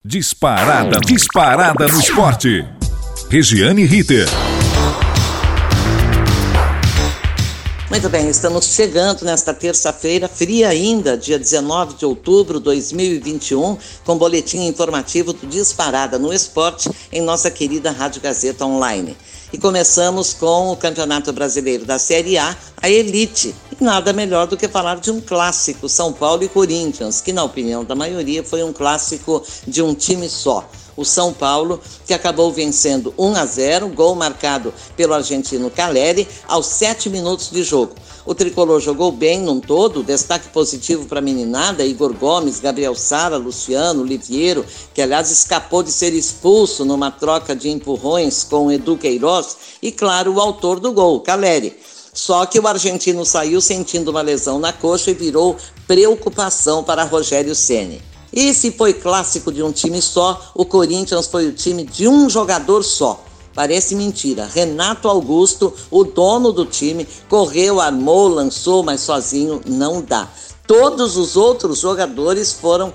Disparada no esporte. Regiane Ritter. Muito bem, estamos chegando nesta terça-feira, fria ainda, dia 19 de outubro de 2021, com o boletim informativo do Disparada no Esporte em nossa querida Rádio Gazeta Online. E começamos com o Campeonato Brasileiro da Série A, a Elite. E nada melhor do que falar de um clássico, São Paulo e Corinthians, que na opinião da maioria foi um clássico de um time só. O São Paulo, que acabou vencendo 1-0, gol marcado pelo argentino Caleri, aos 7 minutos de jogo. O tricolor jogou bem num todo, destaque positivo para a meninada, Igor Gomes, Gabriel Sara, Luciano, Liviero, que aliás escapou de ser expulso numa troca de empurrões com Edu Queiroz, e claro, o autor do gol, Caleri. Só que o argentino saiu sentindo uma lesão na coxa e virou preocupação para Rogério Ceni. E se foi clássico de um time só, o Corinthians foi o time de um jogador só. Parece mentira. Renato Augusto, o dono do time, correu, armou, lançou, mas sozinho não dá. Todos os outros jogadores foram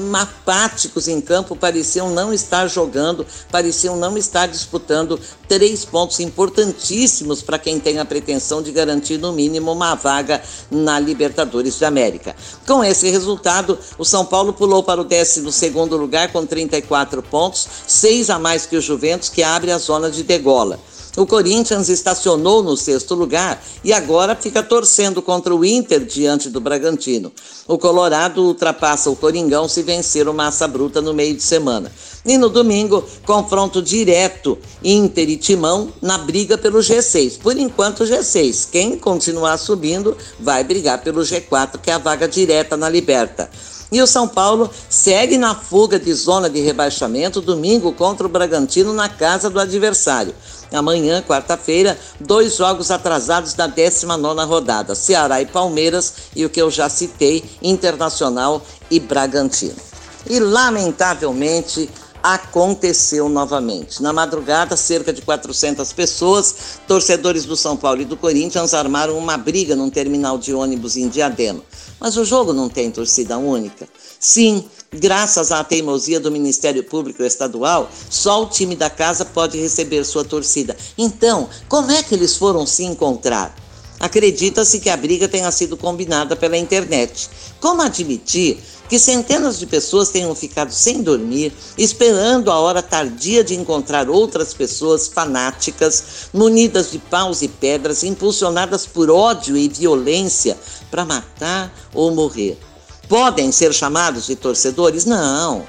apáticos em campo, pareciam não estar jogando, pareciam não estar disputando 3 pontos importantíssimos para quem tem a pretensão de garantir no mínimo uma vaga na Libertadores de América. Com esse resultado, o São Paulo pulou para o 12º lugar com 34 pontos, 6 a mais que o Juventus, que abre a zona de degola. O Corinthians estacionou no 6º lugar e agora fica torcendo contra o Inter diante do Bragantino. O Colorado ultrapassa o Coringão se vencer o Massa Bruta no meio de semana. E no domingo, confronto direto Inter e Timão na briga pelo G6. Por enquanto, G6. Quem continuar subindo vai brigar pelo G4, que é a vaga direta na Liberta. E o São Paulo segue na fuga de zona de rebaixamento domingo contra o Bragantino na casa do adversário. Amanhã, quarta-feira, 2 jogos atrasados da 19ª rodada, Ceará e Palmeiras e o que eu já citei, Internacional e Bragantino. E, lamentavelmente, aconteceu novamente. Na madrugada, cerca de 400 pessoas, torcedores do São Paulo e do Corinthians, armaram uma briga num terminal de ônibus em Diadema. Mas o jogo não tem torcida única. Sim, graças à teimosia do Ministério Público Estadual, só o time da casa pode receber sua torcida. Então, como é que eles foram se encontrar? Acredita-se que a briga tenha sido combinada pela internet. Como admitir que centenas de pessoas tenham ficado sem dormir, esperando a hora tardia de encontrar outras pessoas fanáticas, munidas de paus e pedras, impulsionadas por ódio e violência para matar ou morrer? Podem ser chamados de torcedores? Não.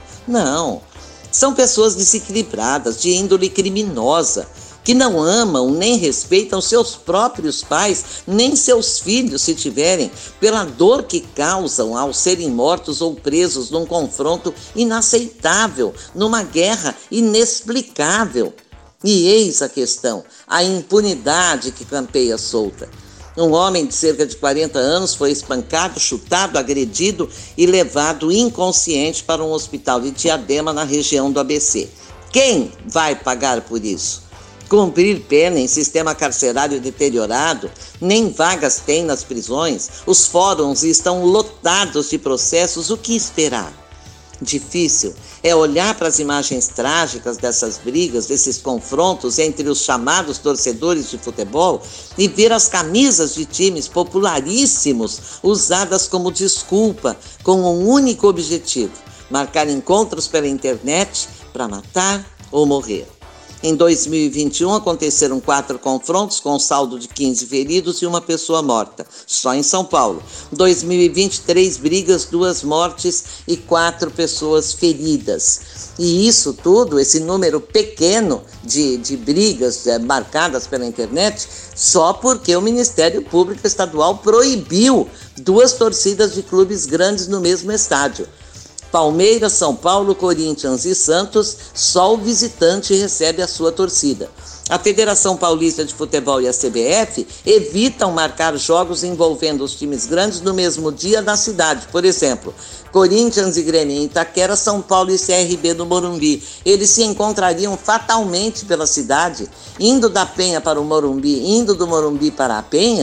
São pessoas desequilibradas, de índole criminosa, que não amam nem respeitam seus próprios pais, nem seus filhos, se tiverem, pela dor que causam ao serem mortos ou presos num confronto inaceitável, numa guerra inexplicável. E eis a questão, a impunidade que campeia solta. Um homem de cerca de 40 anos foi espancado, chutado, agredido e levado inconsciente para um hospital de Diadema, na região do ABC. Quem vai pagar por isso? Cumprir pena em sistema carcerário deteriorado, nem vagas tem nas prisões, os fóruns estão lotados de processos, o que esperar? Difícil é olhar para as imagens trágicas dessas brigas, desses confrontos entre os chamados torcedores de futebol e ver as camisas de times popularíssimos usadas como desculpa, com um único objetivo: marcar encontros pela internet para matar ou morrer. Em 2021, aconteceram 4 confrontos com saldo de 15 feridos e 1 pessoa morta, só em São Paulo. 2020, 3 brigas, 2 mortes e 4 pessoas feridas. E isso tudo, esse número pequeno de brigas marcadas pela internet, só porque o Ministério Público Estadual proibiu 2 torcidas de clubes grandes no mesmo estádio. Palmeiras, São Paulo, Corinthians e Santos, só o visitante recebe a sua torcida. A Federação Paulista de Futebol e a CBF evitam marcar jogos envolvendo os times grandes no mesmo dia na cidade. Por exemplo, Corinthians e Grêmio em Itaquera, São Paulo e CRB no Morumbi. Eles se encontrariam fatalmente pela cidade, indo da Penha para o Morumbi, indo do Morumbi para a Penha.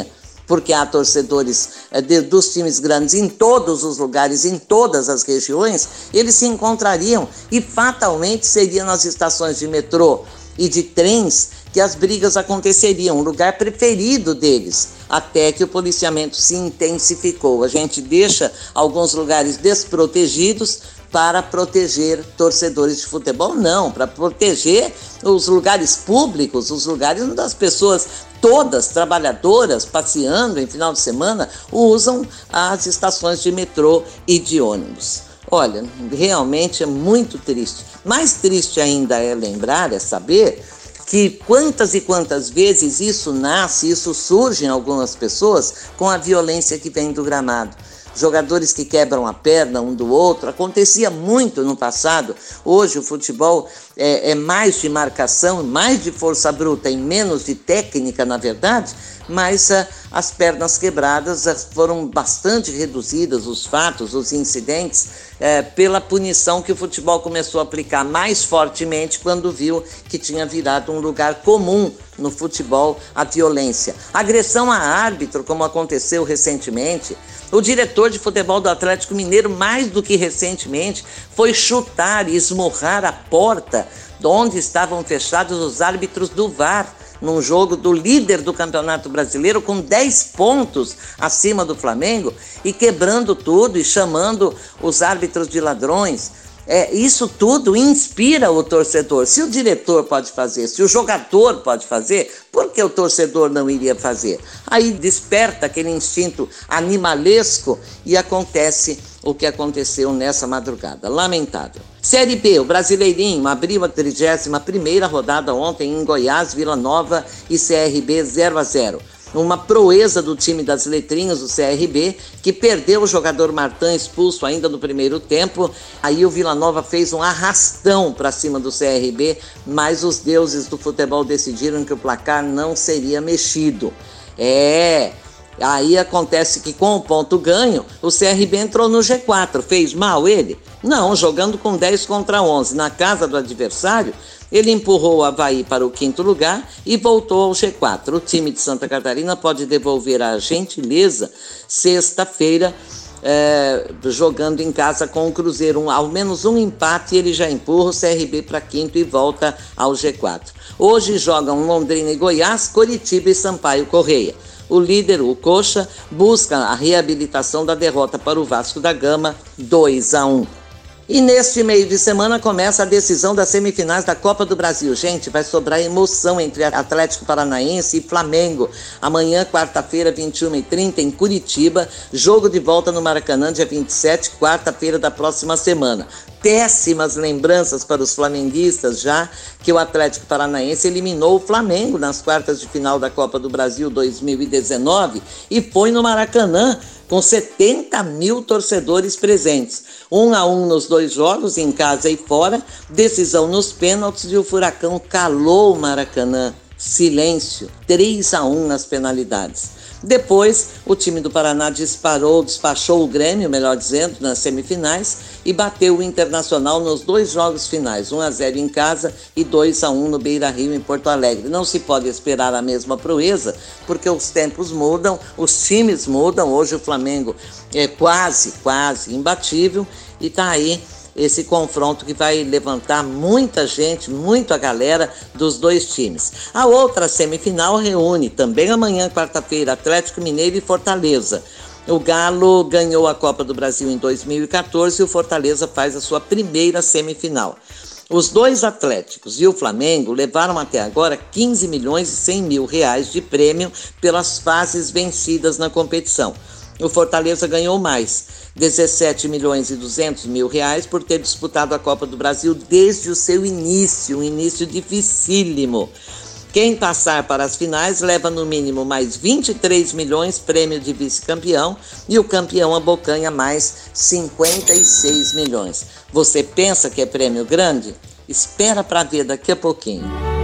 porque há torcedores dos times grandes em todos os lugares, em todas as regiões, eles se encontrariam e fatalmente seria nas estações de metrô e de trens que as brigas aconteceriam, o lugar preferido deles, até que o policiamento se intensificou. A gente deixa alguns lugares desprotegidos para proteger torcedores de futebol? Não, para proteger os lugares públicos, os lugares onde as pessoas todas trabalhadoras passeando em final de semana usam as estações de metrô e de ônibus. Olha, realmente é muito triste. Mais triste ainda é lembrar, é saber que quantas e quantas vezes isso nasce, isso surge em algumas pessoas com a violência que vem do gramado. Jogadores que quebram a perna um do outro, acontecia muito no passado. Hoje o futebol é mais de marcação, mais de força bruta e menos de técnica, na verdade, mas as pernas quebradas foram bastante reduzidas, os fatos, os incidentes, pela punição que o futebol começou a aplicar mais fortemente quando viu que tinha virado um lugar comum no futebol a violência. Agressão a árbitro, como aconteceu recentemente. O diretor de futebol do Atlético Mineiro, mais do que recentemente, foi chutar e esmurrar a porta de onde estavam fechados os árbitros do VAR, num jogo do líder do Campeonato Brasileiro, com 10 pontos acima do Flamengo, e quebrando tudo e chamando os árbitros de ladrões. Isso tudo inspira o torcedor. Se o diretor pode fazer, se o jogador pode fazer, por que o torcedor não iria fazer? Aí desperta aquele instinto animalesco e acontece o que aconteceu nessa madrugada. Lamentável. Série B, o Brasileirinho abriu a 31ª rodada ontem em Goiás, Vila Nova e CRB 0-0. Uma proeza do time das letrinhas do CRB, que perdeu o jogador Martin expulso ainda no primeiro tempo. Aí o Vila Nova fez um arrastão para cima do CRB, mas os deuses do futebol decidiram que o placar não seria mexido. Aí acontece que com o ponto ganho, o CRB entrou no G4. Fez mal ele? Não, jogando com 10 contra 11 na casa do adversário, ele empurrou o Avaí para o 5º lugar e voltou ao G4. O time de Santa Catarina pode devolver a gentileza sexta-feira, jogando em casa com o Cruzeiro. Ao menos um empate, ele já empurra o CRB para 5º e volta ao G4. Hoje jogam Londrina e Goiás, Coritiba e Sampaio Correia. O líder, o Coxa, busca a reabilitação da derrota para o Vasco da Gama, 2-1. E neste meio de semana começa a decisão das semifinais da Copa do Brasil. Gente, vai sobrar emoção entre Atlético Paranaense e Flamengo. Amanhã, quarta-feira, 21h30, em Curitiba. Jogo de volta no Maracanã, dia 27, quarta-feira da próxima semana. Péssimas lembranças para os flamenguistas, já que o Atlético Paranaense eliminou o Flamengo nas quartas de final da Copa do Brasil 2019 e foi no Maracanã, com 70 mil torcedores presentes. 1-1 nos 2 jogos, em casa e fora, decisão nos pênaltis e o Furacão calou o Maracanã. Silêncio, 3-1 nas penalidades. Depois, o time do Paraná despachou o Grêmio, melhor dizendo, nas semifinais e bateu o Internacional nos 2 jogos finais, 1-0 em casa e 2-1 no Beira-Rio, em Porto Alegre. Não se pode esperar a mesma proeza, porque os tempos mudam, os times mudam. Hoje o Flamengo é quase imbatível e está aí esse confronto que vai levantar muita gente, muita galera dos 2 times. A outra semifinal reúne também amanhã, quarta-feira, Atlético Mineiro e Fortaleza. O Galo ganhou a Copa do Brasil em 2014 e o Fortaleza faz a sua primeira semifinal. Os 2 Atléticos e o Flamengo levaram até agora 15 milhões e 100 mil reais de prêmio pelas fases vencidas na competição. O Fortaleza ganhou mais, 17 milhões e 200 mil reais, por ter disputado a Copa do Brasil desde o seu início, um início dificílimo. Quem passar para as finais leva no mínimo mais 23 milhões, prêmio de vice-campeão, e o campeão abocanha mais 56 milhões. Você pensa que é prêmio grande? Espera para ver daqui a pouquinho.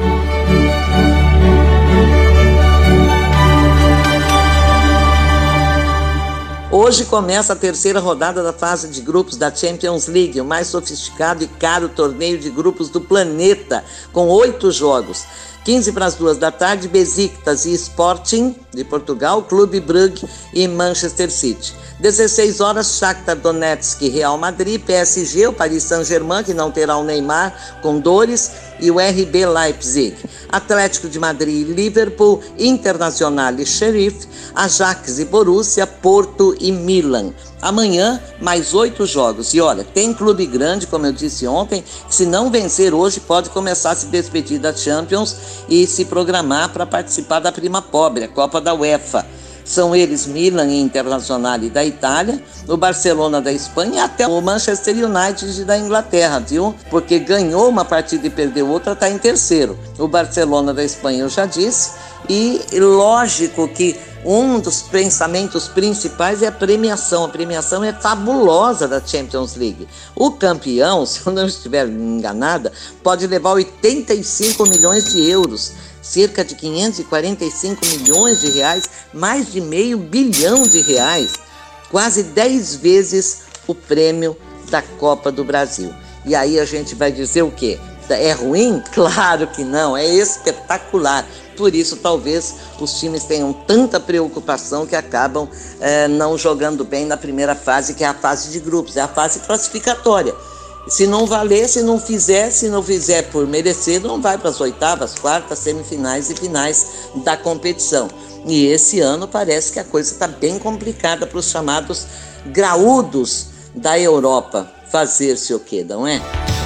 Hoje começa a 3ª rodada da fase de grupos da Champions League, o mais sofisticado e caro torneio de grupos do planeta, com 8 jogos. 15 para as 2 da tarde, Besiktas e Sporting de Portugal, Clube Brugge e Manchester City. 16 horas, Shakhtar Donetsk, Real Madrid, PSG, o Paris Saint-Germain, que não terá o Neymar com dores, e o RB Leipzig. Atlético de Madrid e Liverpool, Internacional e Sheriff, Ajax e Borussia, Porto e Milan. Amanhã, mais 8 jogos. E olha, tem clube grande, como eu disse ontem, que se não vencer hoje, pode começar a se despedir da Champions e se programar para participar da Prima Pobre, a Copa da UEFA. São eles Milan e Internacional da Itália, o Barcelona da Espanha e até o Manchester United da Inglaterra, viu? Porque ganhou uma partida e perdeu outra, está em terceiro. O Barcelona da Espanha eu já disse, e lógico que um dos pensamentos principais é a premiação. A premiação é fabulosa da Champions League. O campeão, se eu não estiver enganada, pode levar 85 milhões de euros. Cerca de 545 milhões de reais, mais de meio bilhão de reais, quase 10 vezes o prêmio da Copa do Brasil. E aí a gente vai dizer o quê? É ruim? Claro que não, é espetacular. Por isso, talvez, os times tenham tanta preocupação que acabam não jogando bem na primeira fase, que é a fase de grupos, é a fase classificatória. Se não valer, se não fizer por merecer, não vai para as oitavas, quartas, semifinais e finais da competição. E esse ano parece que a coisa está bem complicada para os chamados graúdos da Europa fazer-se o quê, não é?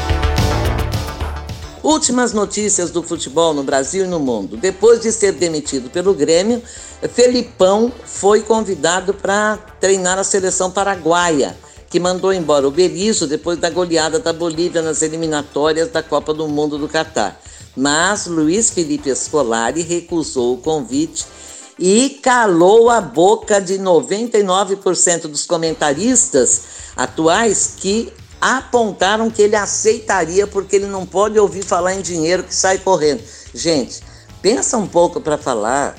Últimas notícias do futebol no Brasil e no mundo. Depois de ser demitido pelo Grêmio, Felipão foi convidado para treinar a seleção paraguaia, que mandou embora o Berizzo depois da goleada da Bolívia nas eliminatórias da Copa do Mundo do Catar. Mas Luiz Felipe Scolari recusou o convite e calou a boca de 99% dos comentaristas atuais que apontaram que ele aceitaria porque ele não pode ouvir falar em dinheiro que sai correndo. Gente, pensa um pouco para falar.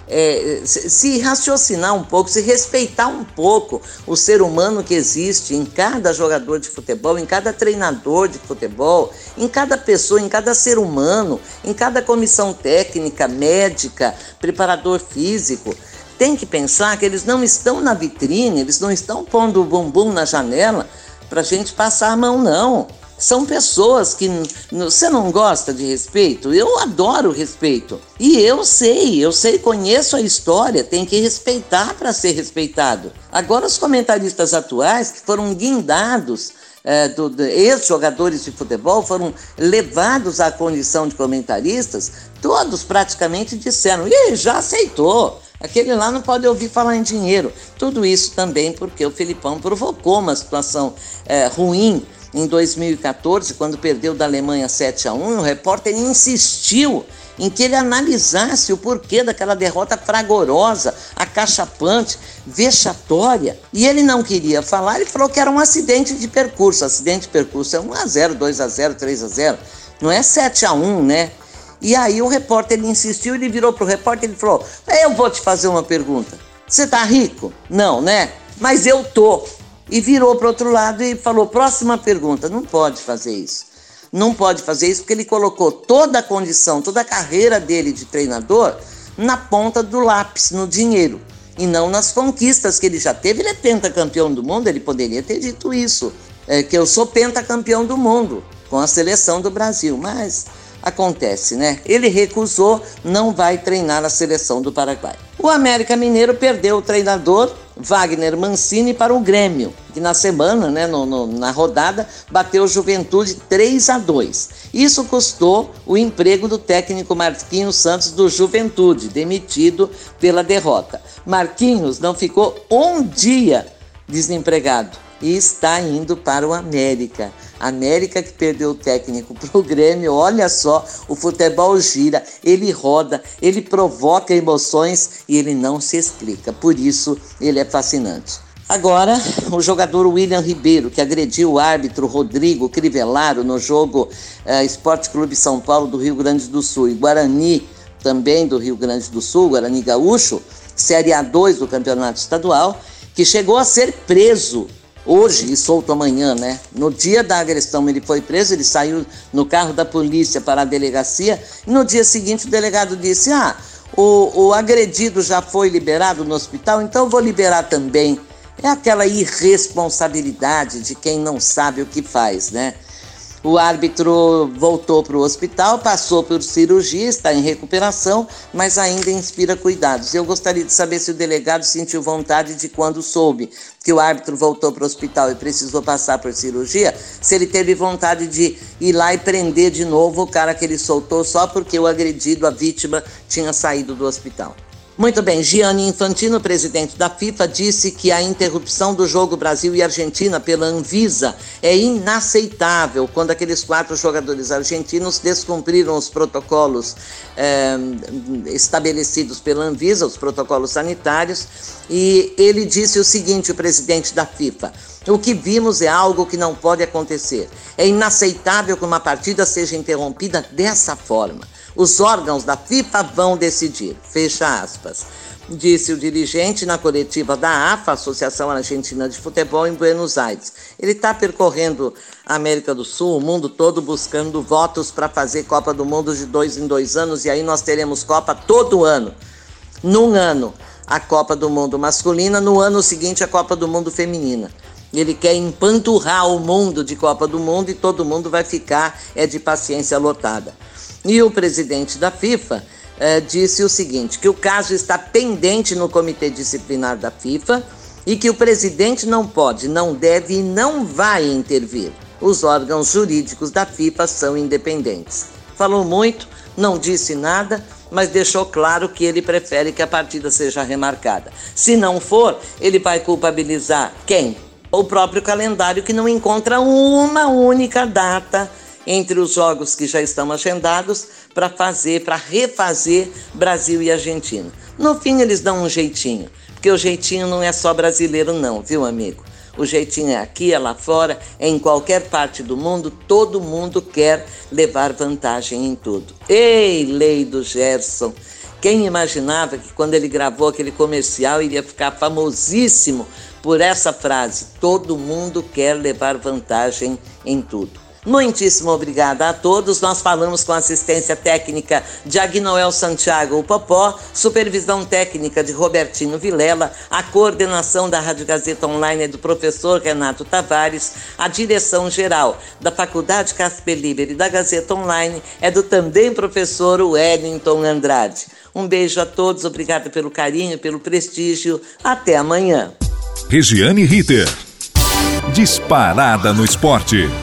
Se raciocinar um pouco, se respeitar um pouco o ser humano que existe em cada jogador de futebol, em cada treinador de futebol, em cada pessoa, em cada ser humano, em cada comissão técnica, médica, preparador físico. Tem que pensar que eles não estão na vitrine, eles não estão pondo o bumbum na janela para a gente passar a mão, não. São pessoas que você não gosta de respeito. Eu adoro respeito. E eu sei, conheço a história, tem que respeitar para ser respeitado. Agora os comentaristas atuais que foram guindados, ex-jogadores de futebol, foram levados à condição de comentaristas, todos praticamente disseram, já aceitou. Aquele lá não pode ouvir falar em dinheiro. Tudo isso também porque o Felipão provocou uma situação ruim. Em 2014, quando perdeu da Alemanha 7-1, o repórter insistiu em que ele analisasse o porquê daquela derrota fragorosa, acachapante, vexatória. E ele não queria falar, ele falou que era um acidente de percurso. Acidente de percurso é 1-0, 2-0, 3-0, não é 7-1, né? E aí o repórter ele insistiu, ele virou para o repórter e falou, eu vou te fazer uma pergunta. Você tá rico? Não, né? Mas eu tô. E virou para o outro lado e falou, próxima pergunta. Não pode fazer isso. Não pode fazer isso porque ele colocou toda a condição, toda a carreira dele de treinador na ponta do lápis, no dinheiro. E não nas conquistas que ele já teve. Ele é pentacampeão do mundo, ele poderia ter dito isso. Que eu sou pentacampeão do mundo com a seleção do Brasil. Mas acontece, né? Ele recusou, não vai treinar a seleção do Paraguai. O América Mineiro perdeu o treinador Wagner Mancini para o Grêmio, que na semana, né, na rodada, bateu o Juventude 3-2. Isso custou o emprego do técnico Marquinhos Santos do Juventude, demitido pela derrota. Marquinhos não ficou um dia desempregado e está indo para o América. América que perdeu o técnico para o Grêmio, olha só, o futebol gira, ele roda, ele provoca emoções e ele não se explica, por isso ele é fascinante. Agora, o jogador William Ribeiro, que agrediu o árbitro Rodrigo Crivellaro no jogo Esporte Clube São Paulo do Rio Grande do Sul e Guarani, também do Rio Grande do Sul, Guarani Gaúcho, Série A2 do Campeonato Estadual, que chegou a ser preso hoje e solto amanhã, né? No dia da agressão ele foi preso, ele saiu no carro da polícia para a delegacia e no dia seguinte o delegado disse, o agredido já foi liberado no hospital, então eu vou liberar também. É aquela irresponsabilidade de quem não sabe o que faz, né? O árbitro voltou para o hospital, passou por cirurgia, está em recuperação, mas ainda inspira cuidados. Eu gostaria de saber se o delegado sentiu vontade de, quando soube que o árbitro voltou para o hospital e precisou passar por cirurgia, se ele teve vontade de ir lá e prender de novo o cara que ele soltou só porque o agredido, a vítima, tinha saído do hospital. Muito bem, Gianni Infantino, presidente da FIFA, disse que a interrupção do jogo Brasil e Argentina pela Anvisa é inaceitável quando aqueles 4 jogadores argentinos descumpriram os protocolos estabelecidos pela Anvisa, os protocolos sanitários, e ele disse o seguinte, o presidente da FIFA: o que vimos é algo que não pode acontecer. É inaceitável que uma partida seja interrompida dessa forma. Os órgãos da FIFA vão decidir, fecha aspas, disse o dirigente na coletiva da AFA, Associação Argentina de Futebol, em Buenos Aires. Ele está percorrendo a América do Sul, o mundo todo, buscando votos para fazer Copa do Mundo de 2 em 2 anos, e aí nós teremos Copa todo ano. Num ano, a Copa do Mundo masculina, no ano seguinte, a Copa do Mundo feminina. Ele quer empanturrar o mundo de Copa do Mundo e todo mundo vai ficar de paciência lotada. E o presidente da FIFA disse o seguinte, que o caso está pendente no Comitê Disciplinar da FIFA e que o presidente não pode, não deve e não vai intervir. Os órgãos jurídicos da FIFA são independentes. Falou muito, não disse nada, mas deixou claro que ele prefere que a partida seja remarcada. Se não for, ele vai culpabilizar quem? O próprio calendário, que não encontra uma única data entre os jogos que já estão agendados para refazer Brasil e Argentina. No fim, eles dão um jeitinho, porque o jeitinho não é só brasileiro não, viu, amigo? O jeitinho é aqui, é lá fora, é em qualquer parte do mundo, todo mundo quer levar vantagem em tudo. Ei, lei do Gerson! Quem imaginava que quando ele gravou aquele comercial iria ficar famosíssimo por essa frase, todo mundo quer levar vantagem em tudo. Muitíssimo obrigada a todos. Nós falamos com a assistência técnica de Agnoel Santiago, o Popó, supervisão técnica de Robertinho Vilela, a coordenação da Rádio Gazeta Online é do professor Renato Tavares, a direção geral da Faculdade Casper Liber e da Gazeta Online é do também professor Wellington Andrade. Um beijo a todos, obrigada pelo carinho, pelo prestígio. Até amanhã. Regiane Ritter. Disparada no esporte.